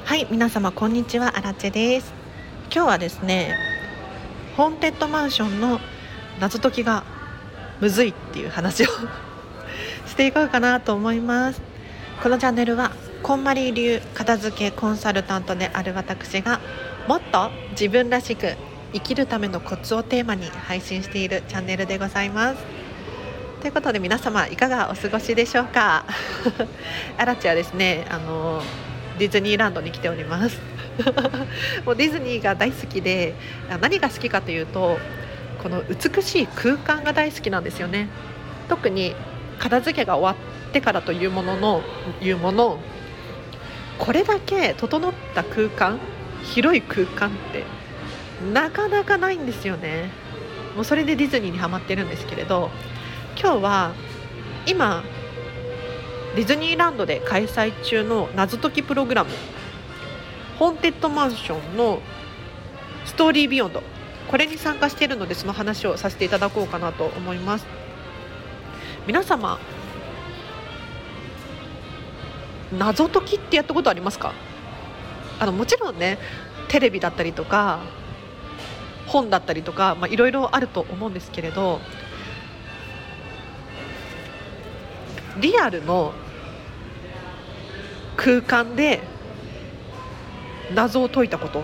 はい、皆様こんにちは、アラチェです。今日はですね、ホーンテッドマンションの謎解きがむずいっていう話をしていこうかなと思います。このチャンネルはこんまり流片付けコンサルタントである私がもっと自分らしく生きるためのコツをテーマに配信しているチャンネルでございます。ということで皆様いかがお過ごしでしょうか。アラチェはですね、ディズニーランドに来ております。もうディズニーが大好きで、何が好きかというと、この美しい空間が大好きなんですよね。特に片付けが終わってからというもの、これだけ整った空間、広い空間ってなかなかないんですよね。もうそれでディズニーにハマってるんですけれど、今日は今ディズニーランドで開催中の謎解きプログラム、ホーンテッドマンションのストーリービヨンド、これに参加しているので、その話をさせていただこうかなと思います。皆様、謎解きってやったことありますか？もちろんね、テレビだったりとか本だったりとか、いろいろあると思うんですけれど、リアルの空間で謎を解いたこと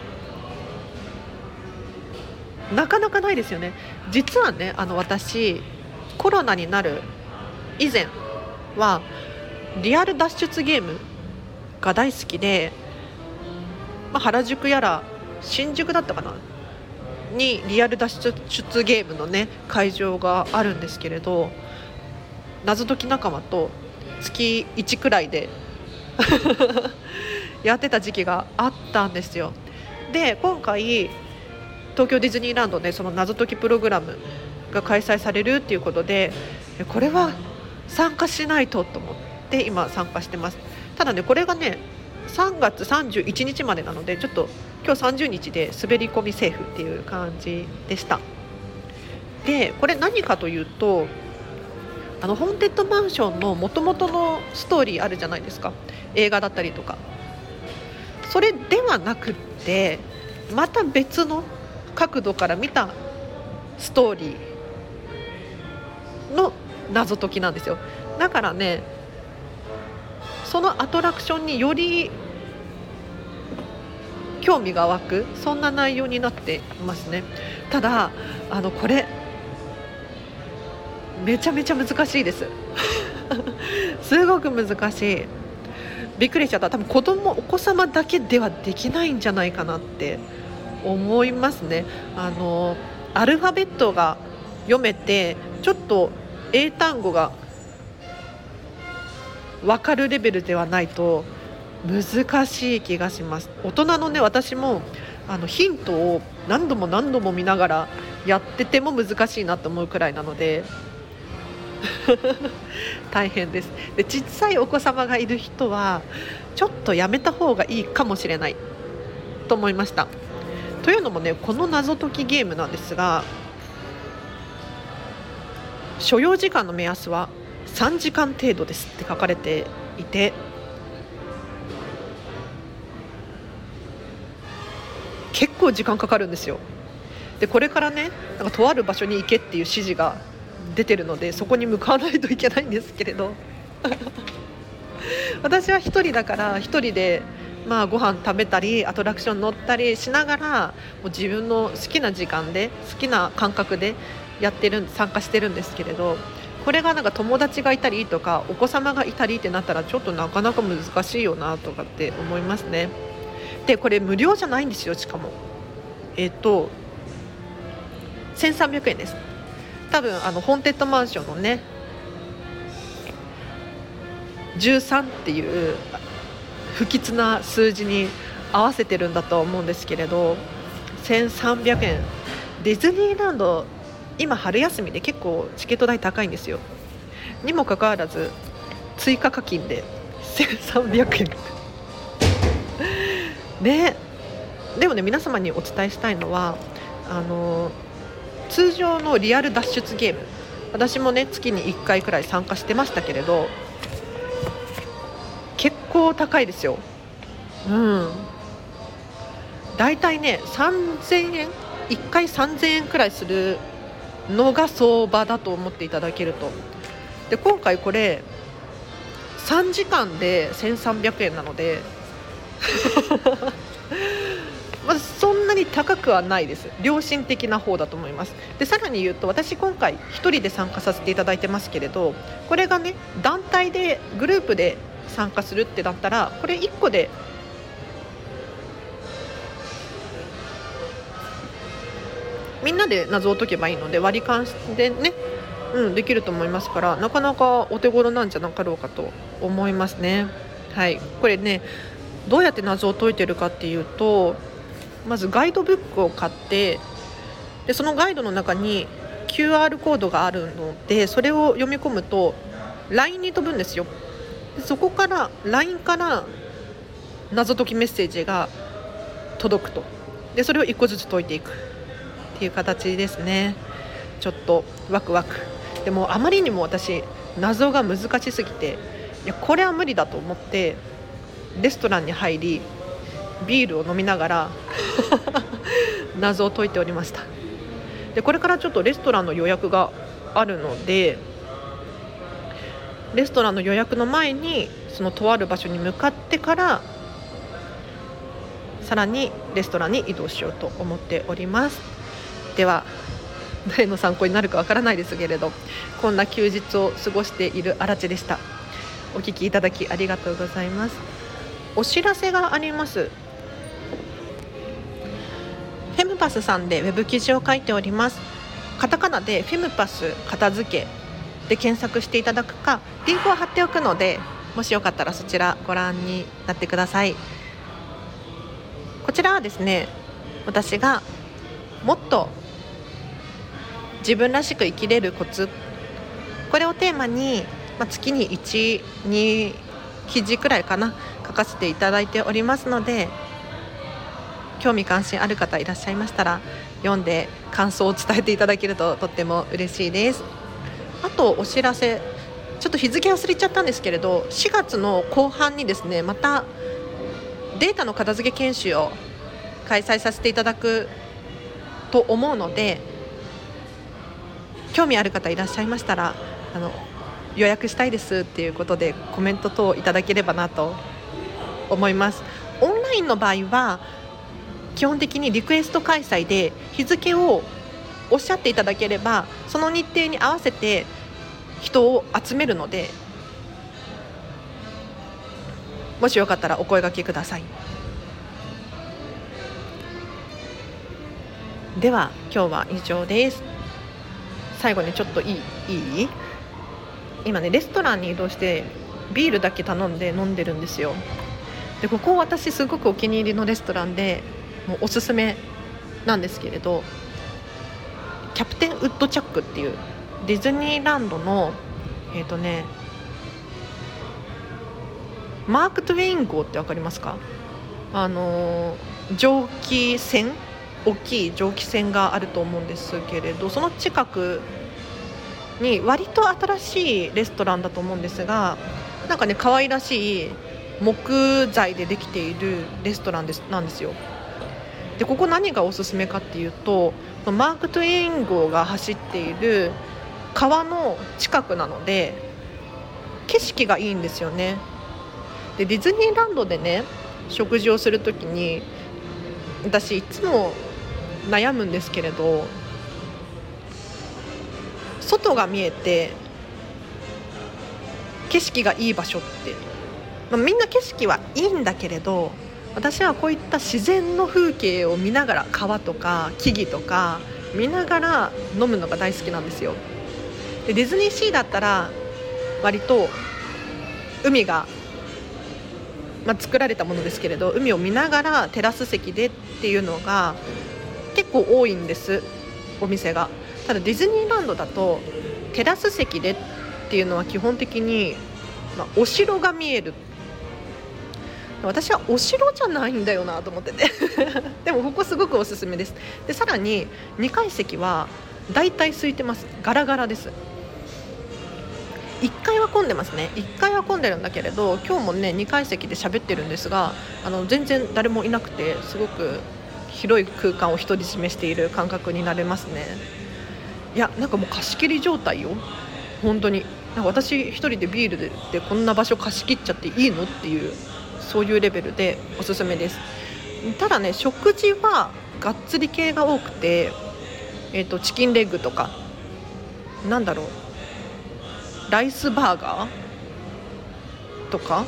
なかなかないですよね。実はね、私コロナになる以前はリアル脱出ゲームが大好きで、原宿やら新宿だったかなにリアル脱出ゲームのね会場があるんですけれど、謎解き仲間と月1くらいでやってた時期があったんですよ。で、今回東京ディズニーランドでその謎解きプログラムが開催されるっていうことで、これは参加しないとと思って今参加してます。ただね、これがね3月31日までなので、ちょっと今日30日で滑り込みセーフっていう感じでした。で、これ何かというと、ホーンテッドマンションの元々のストーリーあるじゃないですか。映画だったりとか、それではなくって、また別の角度から見たストーリーの謎解きなんですよ。だからね、そのアトラクションにより興味が湧く、そんな内容になっていますね。ただこれめちゃめちゃ難しいです。すごく難しい。びっくりしちゃった。多分お子様だけではできないんじゃないかなって思いますね。アルファベットが読めて、ちょっと英単語が分かるレベルではないと難しい気がします。大人のね、私もヒントを何度も何度も見ながらやってても難しいなと思うくらいなので大変です。で、小さいお子様がいる人はちょっとやめた方がいいかもしれないと思いました。というのもね、この謎解きゲームなんですが、所要時間の目安は3時間程度ですって書かれていて、結構時間かかるんですよ。で、これからね、なんかとある場所に行けっていう指示が出てるので、そこに向かわないといけないんですけれど私は一人だから、一人でご飯食べたりアトラクション乗ったりしながら、もう自分の好きな時間で好きな感覚で参加してるんですけれど、これがなんか友達がいたりとかお子様がいたりってなったら、ちょっとなかなか難しいよなとかって思いますね。で、これ無料じゃないんですよ。しかも1300円です。多分ホーンテッドマンションのね13っていう不吉な数字に合わせてるんだと思うんですけれど、1300円。ディズニーランド今春休みで結構チケット代高いんですよ。にもかかわらず追加課金で1300円ね。でもね、皆様にお伝えしたいのは、通常のリアル脱出ゲーム、私もね月に1回くらい参加してましたけれど、結構高いですよ。 だいたいね3000円1回3000円くらいするのが相場だと思っていただけると。で今回これ3時間で1300円なのでまずそんなに高くはないです。良心的な方だと思います。でさらに言うと、私今回1人で参加させていただいてますけれど、これがね団体でグループで参加するってなったら、これ1個でみんなで謎を解けばいいので割り勘でね、できると思いますから、なかなかお手頃なんじゃなかろうかと思いますね。はい、これねどうやって謎を解いてるかっていうと、まずガイドブックを買って、でそのガイドの中に QR コードがあるので、それを読み込むと LINE に飛ぶんですよ。でそこから LINE から謎解きメッセージが届くと。でそれを1個ずつ解いていくっていう形ですね。ちょっとワクワク。でもあまりにも私謎が難しすぎて、いやこれは無理だと思ってレストランに入りビールを飲みながら謎を解いておりました。でこれからちょっとレストランの予約があるので、レストランの予約の前にそのとある場所に向かってからさらにレストランに移動しようと思っております。では誰の参考になるかわからないですけれど、こんな休日を過ごしているあらちでした。お聞きいただきありがとうございます。お知らせがあります。フェムパスさんでウェブ記事を書いております。カタカナでフェムパス片付けで検索していただくか、リンクを貼っておくので、もしよかったらそちらご覧になってください。こちらはですね、私がもっと自分らしく生きれるコツ、これをテーマに、月に1、2記事くらいかな書かせていただいておりますので、興味関心ある方いらっしゃいましたら読んで感想を伝えていただけるととっても嬉しいです。あとお知らせ、ちょっと日付忘れちゃったんですけれど、4月の後半にですね、またデータの片付け研修を開催させていただくと思うので、興味ある方いらっしゃいましたら予約したいですっていうことでコメント等いただければなと思います。オンラインの場合は基本的にリクエスト開催で、日付をおっしゃっていただければその日程に合わせて人を集めるので、もしよかったらお声掛けください。では今日は以上です。最後にちょっといい今ねレストランに移動してビールだけ頼んで飲んでるんですよ。でここ私すごくお気に入りのレストランで、もうおすすめなんですけれど、キャプテンウッドチャックっていうディズニーランドのマーク・トゥエイン号って分かりますか？蒸気船、大きい蒸気船があると思うんですけれど、その近くに割と新しいレストランだと思うんですが、なんかね可愛らしい木材でできているレストランなんですよ。でここ何がおすすめかっていうと、マーク・トゥエイン号が走っている川の近くなので景色がいいんですよね。でディズニーランドでね食事をするときに私いつも悩むんですけれど、外が見えて景色がいい場所って、みんな景色はいいんだけれど、私はこういった自然の風景を見ながら、川とか木々とか見ながら飲むのが大好きなんですよ。でディズニーシーだったら割と海が、作られたものですけれど、海を見ながらテラス席でっていうのが結構多いんです、お店が。ただディズニーランドだとテラス席でっていうのは基本的に、お城が見える。私はお城じゃないんだよなと思っててでもここすごくおすすめです。でさらに2階席はだいたい空いてます。ガラガラです。 1階は混んでますね。1階は混んでるんだけれど、今日もね2階席で喋ってるんですが、全然誰もいなくて、すごく広い空間を独り占めしている感覚になれますね。いや、なんかもう貸し切り状態よ、本当に。なんか私一人でビールでこんな場所貸し切っちゃっていいのっていう、そういうレベルでおすすめです。ただね、食事はがっつり系が多くて、チキンレッグとか、なんだろう、ライスバーガーとか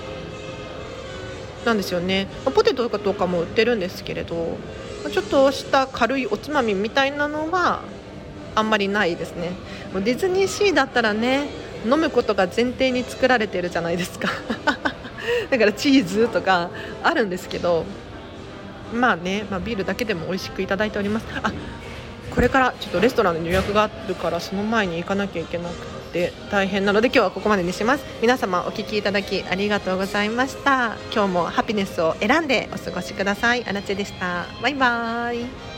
なんですよね。ポテトとかも売ってるんですけれど、ちょっとした軽いおつまみみたいなのはあんまりないですね。もうディズニーシーだったらね、飲むことが前提に作られてるじゃないですかだからチーズとかあるんですけど、まあね、ビールだけでも美味しくいただいております。これからちょっとレストランの予約があるから、その前に行かなきゃいけなくて大変なので、今日はここまでにします。皆様お聞きいただきありがとうございました。今日もハピネスを選んでお過ごしください。あらちでした。バイバイ。